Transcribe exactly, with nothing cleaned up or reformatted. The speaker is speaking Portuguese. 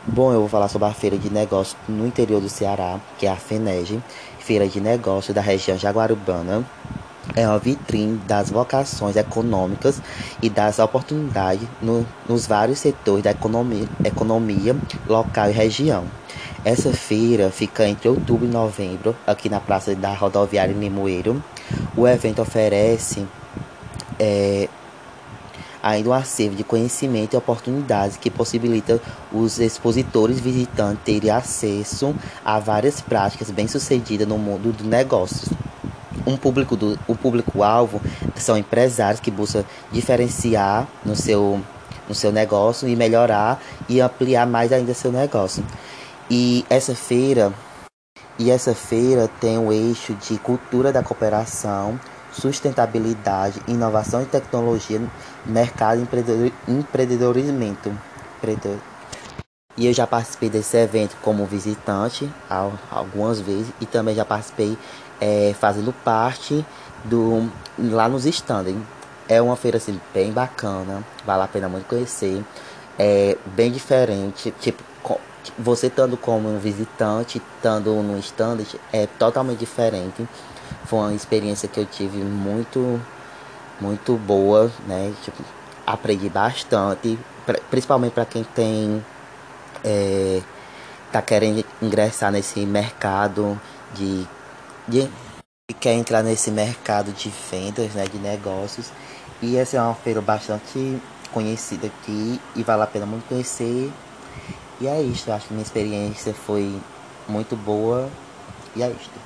Bom, eu vou falar sobre a feira de negócios no interior do Ceará, que é a FENEG, Feira de Negócios da região Jaguarubana. É uma vitrine das vocações econômicas e das oportunidades no- nos vários setores da economia, economia local e região. Essa feira fica entre outubro e novembro, aqui na Praça da Rodoviária em Limoeiro. O evento oferece ainda um acervo de conhecimento e oportunidades que possibilita os expositores visitantes terem acesso a várias práticas bem-sucedidas no mundo dos negócios. Um público do, o público-alvo são empresários que buscam diferenciar no seu, no seu negócio e melhorar e ampliar mais ainda seu negócio. E essa feira e essa feira tem o eixo de cultura da cooperação, sustentabilidade, inovação e tecnologia, mercado e empreendedorismo. E eu já participei desse evento como visitante algumas vezes e também já participei é, fazendo parte do lá nos stands. É uma feira assim bem bacana, vale a pena muito conhecer. É bem diferente, tipo, você estando como um visitante, estando no stand, é totalmente diferente. Foi uma experiência que eu tive muito, muito boa, né? Tipo, aprendi bastante, principalmente para quem tem é, tá querendo ingressar nesse mercado de, de que quer entrar nesse mercado de vendas, né, de negócios. E essa é uma feira bastante conhecida aqui e vale a pena muito conhecer. E é isto, eu acho que minha experiência foi muito boa e é isto.